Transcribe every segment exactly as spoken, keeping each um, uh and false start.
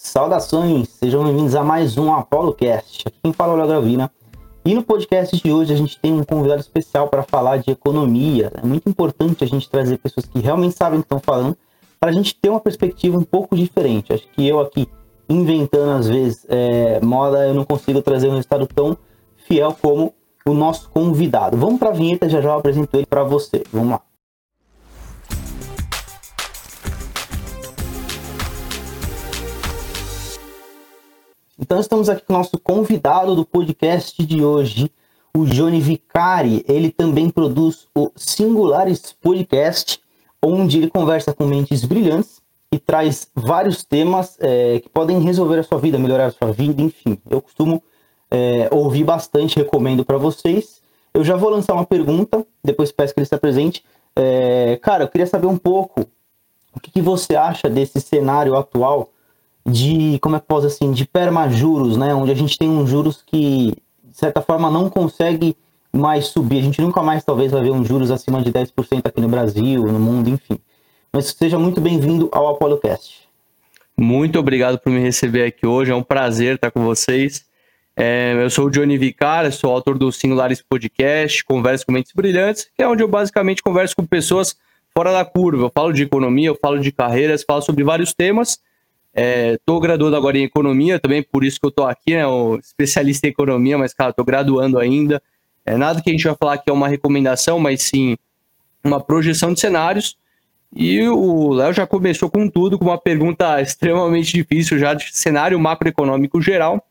Saudações, sejam bem-vindos a mais um ApoloCast. Aqui quem fala é o Léo Gravina. E no podcast de hoje a gente tem um convidado especial para falar de economia. É muito importante a gente trazer pessoas que realmente sabem o que estão falando, para a gente ter uma perspectiva um pouco diferente. Acho que eu aqui, inventando às vezes é, moda, eu não consigo trazer um resultado tão fiel como o nosso convidado. Vamos para a vinheta, já já eu apresento ele para você. Vamos lá. Então estamos aqui com o nosso convidado do podcast de hoje, o Johnny Vicari. Ele também produz o Singulares Podcast, onde ele conversa com mentes brilhantes e traz vários temas é, que podem resolver a sua vida, melhorar a sua vida, enfim. Eu costumo é, ouvir bastante, recomendo para vocês. Eu já vou lançar uma pergunta, depois peço que ele se apresente. É, cara, eu queria saber um pouco o que, que você acha desse cenário atual de, como é que posso assim, de permajuros, né? Onde a gente tem uns juros que, de certa forma, não consegue mais subir. A gente nunca mais, talvez, vai ver uns juros acima de dez por cento aqui no Brasil, no mundo, enfim. Mas seja muito bem-vindo ao ApoloCast. Muito obrigado por me receber aqui hoje, é um prazer estar com vocês. É, eu sou o Johnny Vicari, sou autor do Singulares Podcast, converso com mentes brilhantes, que é onde eu basicamente converso com pessoas fora da curva. Eu falo de economia, eu falo de carreiras, falo sobre vários temas. Estou é, graduando agora em economia, também por isso que eu estou aqui, né, um especialista em economia, mas, cara, estou graduando ainda. É, nada que a gente vai falar que é uma recomendação, mas sim uma projeção de cenários. E o Léo já começou com tudo, com uma pergunta extremamente difícil já de cenário macroeconômico geral.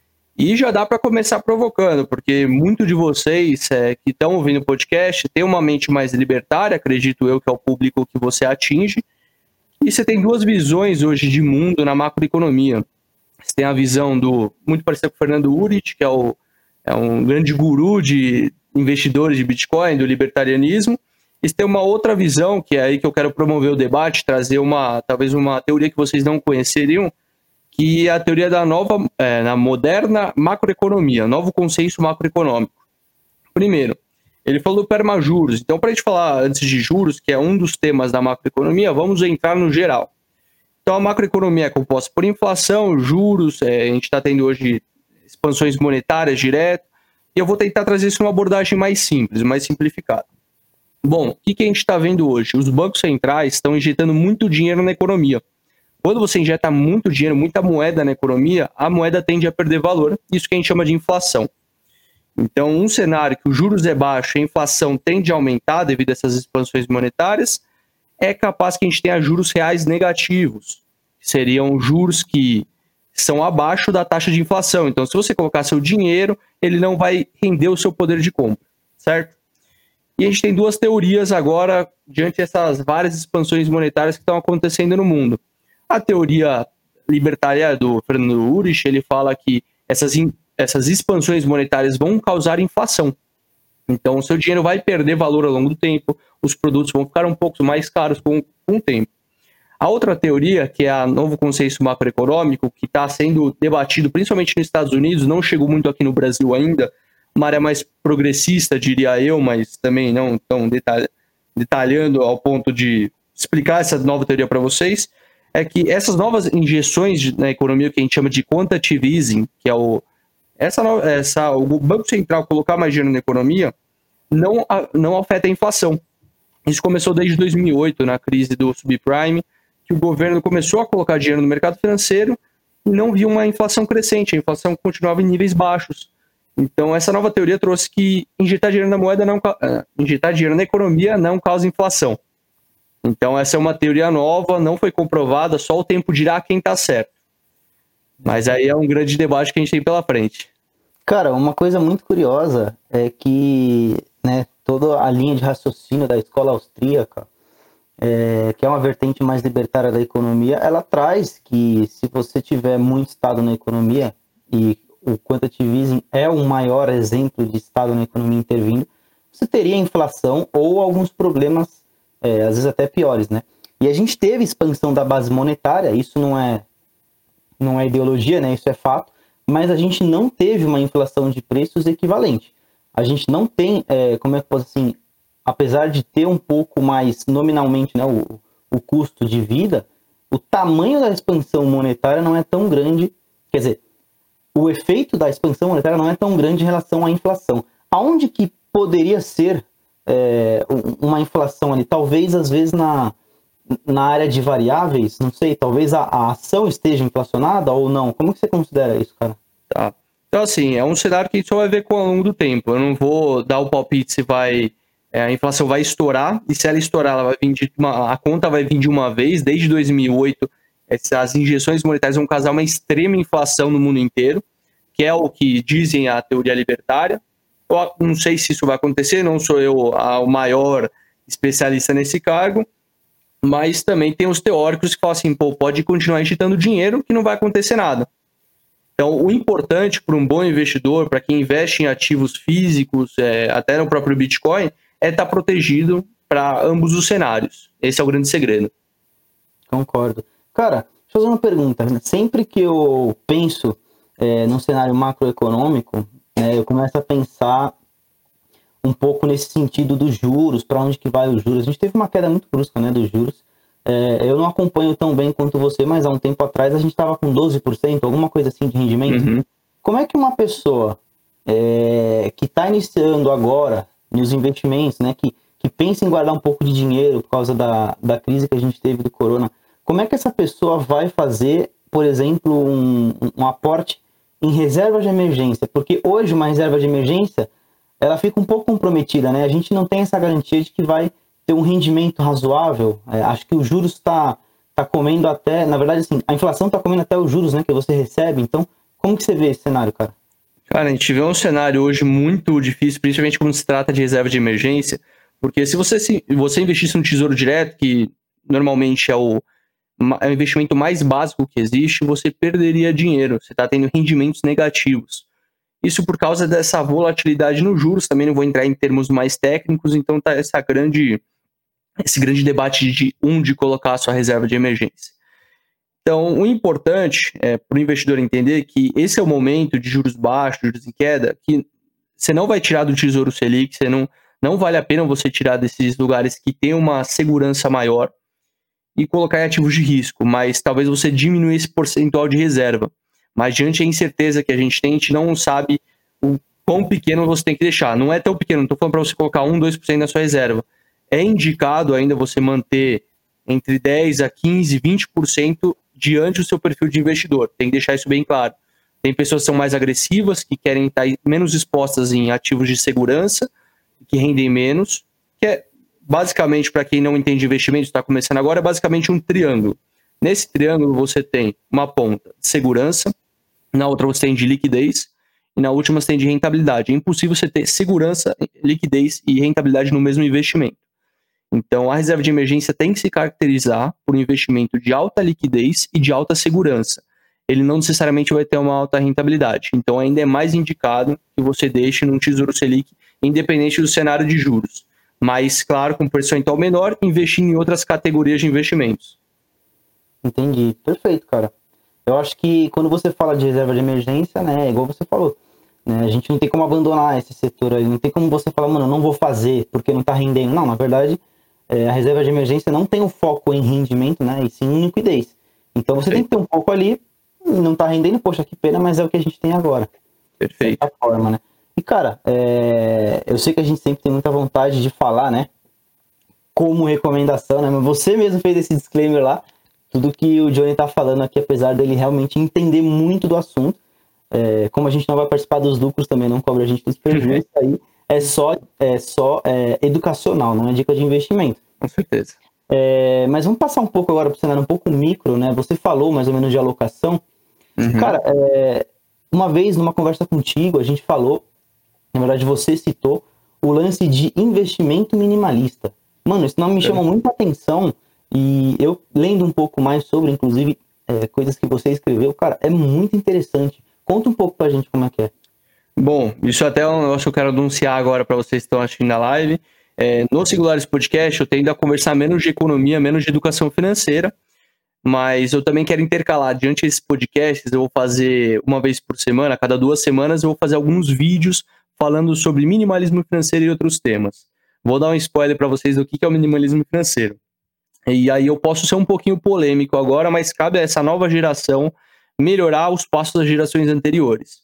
E já dá para começar provocando, porque muito de vocês é, que estão ouvindo o podcast tem uma mente mais libertária, acredito eu que é o público que você atinge. E você tem duas visões hoje de mundo na macroeconomia. Você tem a visão do, muito parecido com o Fernando Urich, que é, o, é um grande guru de investidores de Bitcoin, do libertarianismo. E você tem uma outra visão, que é aí que eu quero promover o debate, trazer uma, talvez uma teoria que vocês não conheceriam, que é a teoria da nova, é, na moderna macroeconomia, novo consenso macroeconômico. Primeiro, ele falou do permajuros. Então, para a gente falar antes de juros, que é um dos temas da macroeconomia, vamos entrar no geral. Então, a macroeconomia é composta por inflação, juros, é, a gente está tendo hoje expansões monetárias direto, e eu vou tentar trazer isso numa abordagem mais simples, mais simplificada. Bom, o que, que a gente está vendo hoje? Os bancos centrais estão injetando muito dinheiro na economia. Quando você injeta muito dinheiro, muita moeda na economia, a moeda tende a perder valor, isso que a gente chama de inflação. Então, um cenário que os juros é baixo e a inflação tende a aumentar devido a essas expansões monetárias, é capaz que a gente tenha juros reais negativos, que seriam juros que são abaixo da taxa de inflação. Então, se você colocar seu dinheiro, ele não vai render o seu poder de compra, certo? E a gente tem duas teorias agora, diante dessas várias expansões monetárias que estão acontecendo no mundo. A teoria libertária do Fernando Urich, ele fala que essas essas expansões monetárias vão causar inflação. Então, o seu dinheiro vai perder valor ao longo do tempo, os produtos vão ficar um pouco mais caros com, com o tempo. A outra teoria, que é o novo consenso macroeconômico, que está sendo debatido principalmente nos Estados Unidos, não chegou muito aqui no Brasil ainda, uma área mais progressista, diria eu, mas também não tão detalh- detalhando ao ponto de explicar essa nova teoria para vocês, é que essas novas injeções na economia, que a gente chama de quantitative easing, que é o Essa, essa, o Banco Central colocar mais dinheiro na economia não, não afeta a inflação. Isso começou desde dois mil e oito, na crise do subprime, que o governo começou a colocar dinheiro no mercado financeiro e não viu uma inflação crescente, a inflação continuava em níveis baixos. Então, essa nova teoria trouxe que injetar dinheiro na moeda, não, injetar dinheiro na economia não causa inflação. Então, essa é uma teoria nova, não foi comprovada, só o tempo dirá quem está certo. Mas aí é um grande debate que a gente tem pela frente. Cara, uma coisa muito curiosa é que, né, toda a linha de raciocínio da escola austríaca, é, que é uma vertente mais libertária da economia, ela traz que se você tiver muito Estado na economia, e o quantitative easing é o maior exemplo de Estado na economia intervindo, você teria inflação ou alguns problemas, é, às vezes até piores, né? E a gente teve expansão da base monetária, isso não é não é ideologia, né? Isso é fato, mas a gente não teve uma inflação de preços equivalente. A gente não tem, é, como é que posso assim, apesar de ter um pouco mais nominalmente, né, o, o custo de vida, o tamanho da expansão monetária não é tão grande, quer dizer, o efeito da expansão monetária não é tão grande em relação à inflação. Aonde que poderia ser é, uma inflação ali? Talvez, às vezes, na, na área de variáveis, não sei, talvez a, a ação esteja inflacionada ou não. Como que você considera isso, cara? Tá. Então, assim, é um cenário que a gente só vai ver com ao longo do tempo. Eu não vou dar o palpite se vai... É, a inflação vai estourar, e se ela estourar, ela vai vir de uma, a conta vai vir de uma vez. Desde dois mil e oito, as injeções monetárias vão causar uma extrema inflação no mundo inteiro, que é o que dizem a teoria libertária. Eu não sei se isso vai acontecer, não sou eu a, o maior especialista nesse cargo, mas também tem os teóricos que falam assim, pô, pode continuar injetando dinheiro que não vai acontecer nada. Então, o importante para um bom investidor, para quem investe em ativos físicos, é, até no próprio Bitcoin, é estar protegido para ambos os cenários. Esse é o grande segredo. Concordo. Cara, deixa eu fazer uma pergunta. Sempre que eu penso é, num cenário macroeconômico, é, eu começo a pensar um pouco nesse sentido dos juros, para onde que vai os juros. A gente teve uma queda muito brusca, né, dos juros. É, eu não acompanho tão bem quanto você, mas há um tempo atrás a gente estava com doze por cento, alguma coisa assim de rendimento. Uhum. Como é que uma pessoa é, que está iniciando agora nos investimentos, né, que, que pensa em guardar um pouco de dinheiro por causa da, da crise que a gente teve do corona, como é que essa pessoa vai fazer, por exemplo, um, um aporte em reserva de emergência? Porque hoje uma reserva de emergência, ela fica um pouco comprometida, né? A gente não tem essa garantia de que vai ter um rendimento razoável. É, acho que os juros está tá comendo até, na verdade, assim, a inflação está comendo até os juros, né, que você recebe. Então, como que você vê esse cenário, cara? Cara, a gente vê um cenário hoje muito difícil, principalmente quando se trata de reserva de emergência, porque se você, se você investisse no Tesouro Direto, que normalmente é o, é o investimento mais básico que existe, você perderia dinheiro, você está tendo rendimentos negativos. Isso por causa dessa volatilidade nos juros, também não vou entrar em termos mais técnicos, então tá essa grande, esse grande debate de onde colocar a sua reserva de emergência. Então, o importante é para o investidor entender que esse é o momento de juros baixos, juros em queda, que você não vai tirar do Tesouro Selic, você não, não vale a pena você tirar desses lugares que tem uma segurança maior e colocar em ativos de risco, mas talvez você diminua esse percentual de reserva. Mas diante da incerteza que a gente tem, a gente não sabe o quão pequeno você tem que deixar. Não é tão pequeno, não estou falando para você colocar um, dois por cento na sua reserva. É indicado ainda você manter entre dez por cento a quinze por cento, vinte por cento diante do seu perfil de investidor. Tem que deixar isso bem claro. Tem pessoas que são mais agressivas, que querem estar menos expostas em ativos de segurança, que rendem menos, que é basicamente, para quem não entende investimento, está começando agora, é basicamente um triângulo. Nesse triângulo você tem uma ponta de segurança, na outra você tem de liquidez, e na última você tem de rentabilidade. É impossível você ter segurança, liquidez e rentabilidade no mesmo investimento. Então, a reserva de emergência tem que se caracterizar por um investimento de alta liquidez e de alta segurança. Ele não necessariamente vai ter uma alta rentabilidade. Então, ainda é mais indicado que você deixe num Tesouro Selic, independente do cenário de juros. Mas, claro, com percentual menor, investir em outras categorias de investimentos. Entendi. Perfeito, cara. Eu acho que quando você fala de reserva de emergência, né, é igual você falou, né, a gente não tem como abandonar esse setor aí, não tem como você falar, mano, eu não vou fazer porque não tá rendendo. Não, na verdade, é, a reserva de emergência não tem um foco em rendimento, né, e sim em liquidez. Então você Perfeito. Tem que ter um pouco ali, não tá rendendo, poxa, que pena, mas é o que a gente tem agora. Perfeito. De certa forma, né. E, cara, é, eu sei que a gente sempre tem muita vontade de falar, né, como recomendação, né, mas você mesmo fez esse disclaimer lá, tudo que o Johnny tá falando aqui, apesar dele realmente entender muito do assunto, é, como a gente não vai participar dos lucros, também não cobra a gente dos prejuízos, aí é só, é só é, educacional, não é dica de investimento. Com certeza. É, mas vamos passar um pouco agora para o cenário um pouco micro, né? Você falou mais ou menos de alocação. Uhum. Cara, é, uma vez numa conversa contigo, a gente falou, na verdade você citou, o lance de investimento minimalista. Mano, isso não me chama é. muita atenção. E eu, lendo um pouco mais sobre, inclusive, é, coisas que você escreveu, cara, é muito interessante. Conta um pouco pra gente como é que é. Bom, isso até é um negócio que eu quero anunciar agora para vocês que estão assistindo na live. É, no Singulares Podcast, eu tendo a conversar menos de economia, menos de educação financeira, mas eu também quero intercalar. Diante desses podcasts, eu vou fazer uma vez por semana, a cada duas semanas, eu vou fazer alguns vídeos falando sobre minimalismo financeiro e outros temas. Vou dar um spoiler para vocês do que é o minimalismo financeiro. E aí eu posso ser um pouquinho polêmico agora, mas cabe a essa nova geração melhorar os passos das gerações anteriores.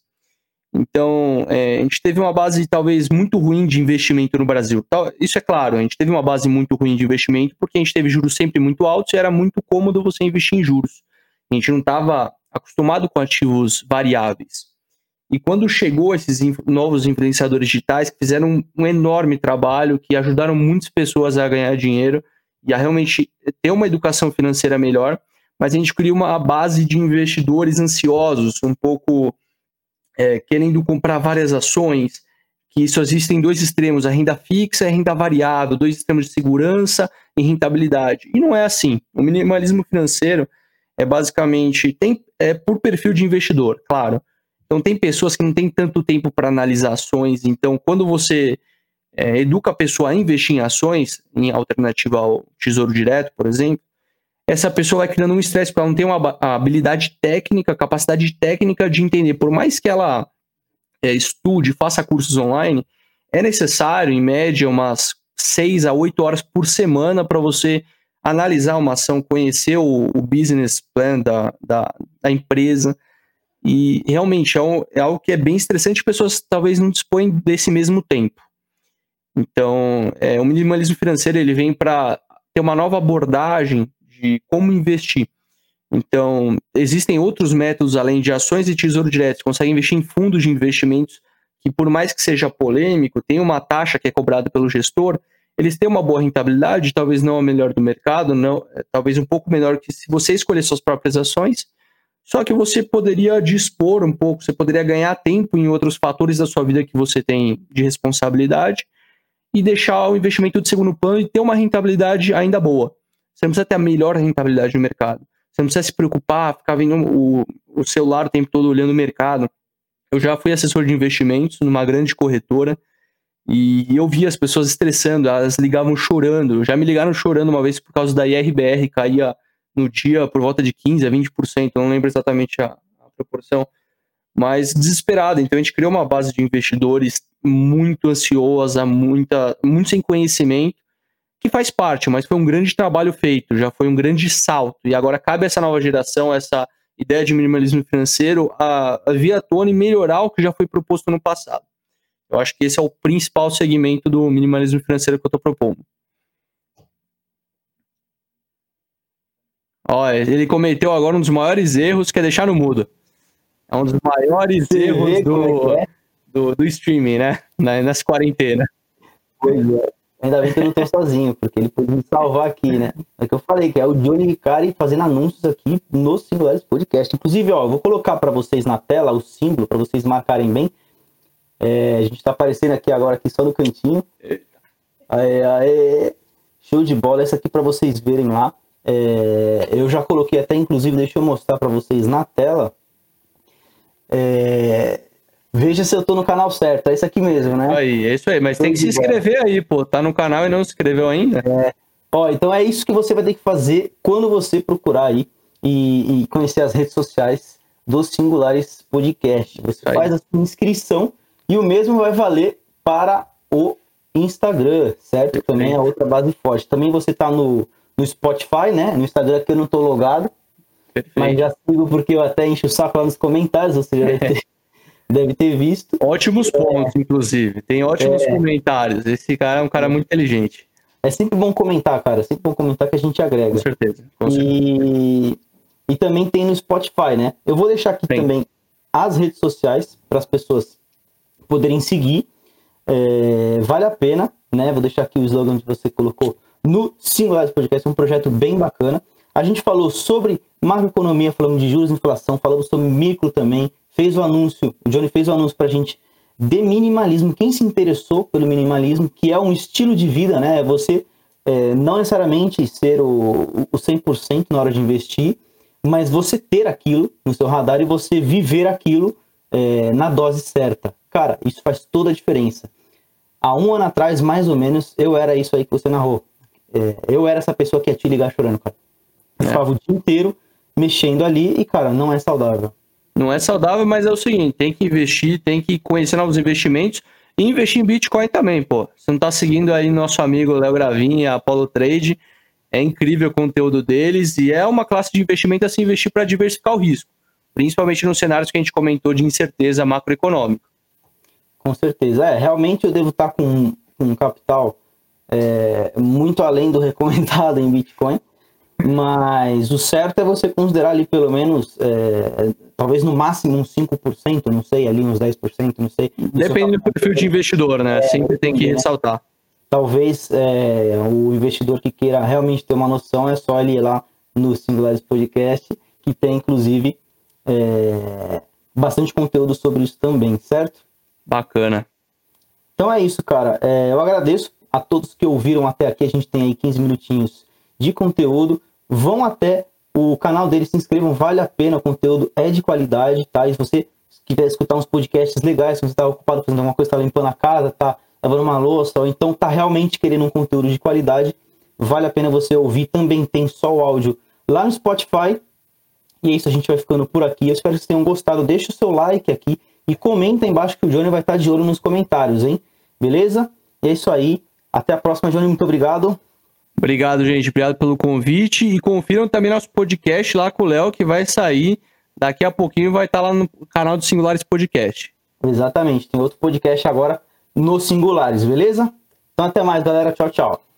Então, é, a gente teve uma base talvez muito ruim de investimento no Brasil. Isso é claro, a gente teve uma base muito ruim de investimento porque a gente teve juros sempre muito altos e era muito cômodo você investir em juros. A gente não estava acostumado com ativos variáveis. E quando chegou esses novos influenciadores digitais que fizeram um, um enorme trabalho, que ajudaram muitas pessoas a ganhar dinheiro e a realmente ter uma educação financeira melhor, mas a gente cria uma base de investidores ansiosos, um pouco é, querendo comprar várias ações, que só existem dois extremos, a renda fixa e a renda variável, dois extremos de segurança e rentabilidade. E não é assim. O minimalismo financeiro é basicamente, tem, é por perfil de investidor, claro. Então tem pessoas que não têm tanto tempo para analisar ações, então quando você é, educa a pessoa a investir em ações, em alternativa ao Tesouro Direto, por exemplo, essa pessoa vai criando um estresse porque ela não tem uma habilidade técnica, capacidade técnica de entender. Por mais que ela é, estude, faça cursos online, é necessário, em média, umas seis a oito horas por semana para você analisar uma ação, conhecer o, o business plan da, da, da empresa. E realmente é, um, é algo que é bem estressante, pessoas talvez não dispõem desse mesmo tempo. Então, é, o minimalismo financeiro ele vem para ter uma nova abordagem de como investir. Então, existem outros métodos além de ações e tesouro direto. Você consegue investir em fundos de investimentos que, por mais que seja polêmico, tem uma taxa que é cobrada pelo gestor, eles têm uma boa rentabilidade, talvez não a melhor do mercado, não, talvez um pouco menor que se você escolher suas próprias ações, só que você poderia dispor um pouco, você poderia ganhar tempo em outros fatores da sua vida que você tem de responsabilidade e deixar o investimento de segundo plano e ter uma rentabilidade ainda boa. Você não precisa ter a melhor rentabilidade do mercado. Você não precisa se preocupar, ficar vendo o, o celular o tempo todo olhando o mercado. Eu já fui assessor de investimentos numa grande corretora e eu vi as pessoas estressando, elas ligavam chorando. Já me ligaram chorando uma vez por causa da I R B R, caía no dia por volta de quinze a vinte por cento, eu não lembro exatamente a, a proporção, mas desesperado. Então a gente criou uma base de investidores muito ansiosa, muita, muito sem conhecimento, que faz parte, mas foi um grande trabalho feito, já foi um grande salto, e agora cabe a essa nova geração, essa ideia de minimalismo financeiro, a, a vir à tona e melhorar o que já foi proposto no passado. Eu acho que esse é o principal segmento do minimalismo financeiro que eu estou propondo. Ó, ele cometeu agora um dos maiores erros, que é deixar no mudo. É um dos maiores Você erros do, é? do, do streaming, né? Nessa quarentena. Pois é. Ainda bem que eu não tô sozinho, porque ele pode me salvar aqui, né? É que eu falei, que é o Johnny Vicari fazendo anúncios aqui no Singulares Podcast. Inclusive, ó, eu vou colocar para vocês na tela o símbolo, para vocês marcarem bem. É, a gente tá aparecendo aqui agora, aqui só no cantinho. Aê, aê. Show de bola. Essa aqui para vocês verem lá. É, eu já coloquei até, inclusive, deixa eu mostrar para vocês na tela. É... Veja se eu tô no canal certo, é isso aqui mesmo, né? Aí, é isso aí, mas tem que se inscrever aí, pô. Tá no canal e não se inscreveu ainda? É. Ó, então é isso que você vai ter que fazer quando você procurar aí e, e conhecer as redes sociais do Singulares Podcast. Você aí faz a sua inscrição e o mesmo vai valer para o Instagram, certo? Perfeito. Também é outra base forte. Também você tá no, no Spotify, né? No Instagram que eu não tô logado. Perfeito. Mas já sigo porque eu até encho o saco lá nos comentários, ou seja, deve ter... Deve ter visto. Ótimos pontos, é, inclusive. Tem ótimos é, comentários. Esse cara é um cara muito inteligente. É sempre bom comentar, cara. É sempre bom comentar que a gente agrega. Com certeza. Com e... certeza. e também tem no Spotify, né? Eu vou deixar aqui tem. também as redes sociais para as pessoas poderem seguir. É, vale a pena, né? Vou deixar aqui o slogan que você colocou no Singulares Podcast. É um projeto bem bacana. A gente falou sobre macroeconomia, falamos de juros e inflação, falamos sobre micro também. Fez o anúncio, o Johnny fez o anúncio pra gente de minimalismo. Quem se interessou pelo minimalismo, que é um estilo de vida, né? Você é, não necessariamente ser o, o cem por cento na hora de investir, mas você ter aquilo no seu radar e você viver aquilo é, na dose certa. Cara, isso faz toda a diferença. Há um ano atrás, mais ou menos, eu era isso aí que você narrou. É, eu era essa pessoa que ia te ligar chorando, cara. Eu é. ficava o dia inteiro mexendo ali e, cara, não é saudável. Não é saudável, mas é o seguinte, tem que investir, tem que conhecer novos investimentos e investir em Bitcoin também, pô. Você não tá seguindo aí nosso amigo Léo Gravin, a Apollo Trade, É incrível o conteúdo deles e é uma classe de investimento a se investir para diversificar o risco, principalmente nos cenários que a gente comentou de incerteza macroeconômica. Com certeza. É, realmente eu devo estar com um capital é, muito além do recomendado em Bitcoin, mas o certo é você considerar ali pelo menos, é, talvez no máximo uns cinco por cento, não sei, ali uns dez por cento, não sei. Depende do perfil de investidor, né? É, Sempre tem que ressaltar. Talvez é, o investidor que queira realmente ter uma noção é só ele ir lá no Singulares Podcast, que tem inclusive é, bastante conteúdo sobre isso também, certo? Bacana. Então é isso, cara. É, eu agradeço a todos que ouviram até aqui. A gente tem aí quinze minutinhos de conteúdo. Vão até o canal dele, se inscrevam, vale a pena, o conteúdo é de qualidade, tá? E se você quiser escutar uns podcasts legais, se você está ocupado fazendo alguma coisa, está limpando a casa, tá lavando uma louça, ou então tá realmente querendo um conteúdo de qualidade, vale a pena você ouvir. Também tem só o áudio lá no Spotify. E é isso, a gente vai ficando por aqui. Eu espero que vocês tenham gostado. Deixa o seu like aqui e comenta aí embaixo que o Johnny vai estar de olho nos comentários, hein? Beleza? E é isso aí. Até a próxima, Johnny. Muito obrigado. Obrigado, gente. Obrigado pelo convite. E confiram também nosso podcast lá com o Léo, que vai sair daqui a pouquinho, vai estar lá no canal do Singulares Podcast. Exatamente. Tem outro podcast agora no Singulares, beleza? Então até mais, galera. Tchau, tchau.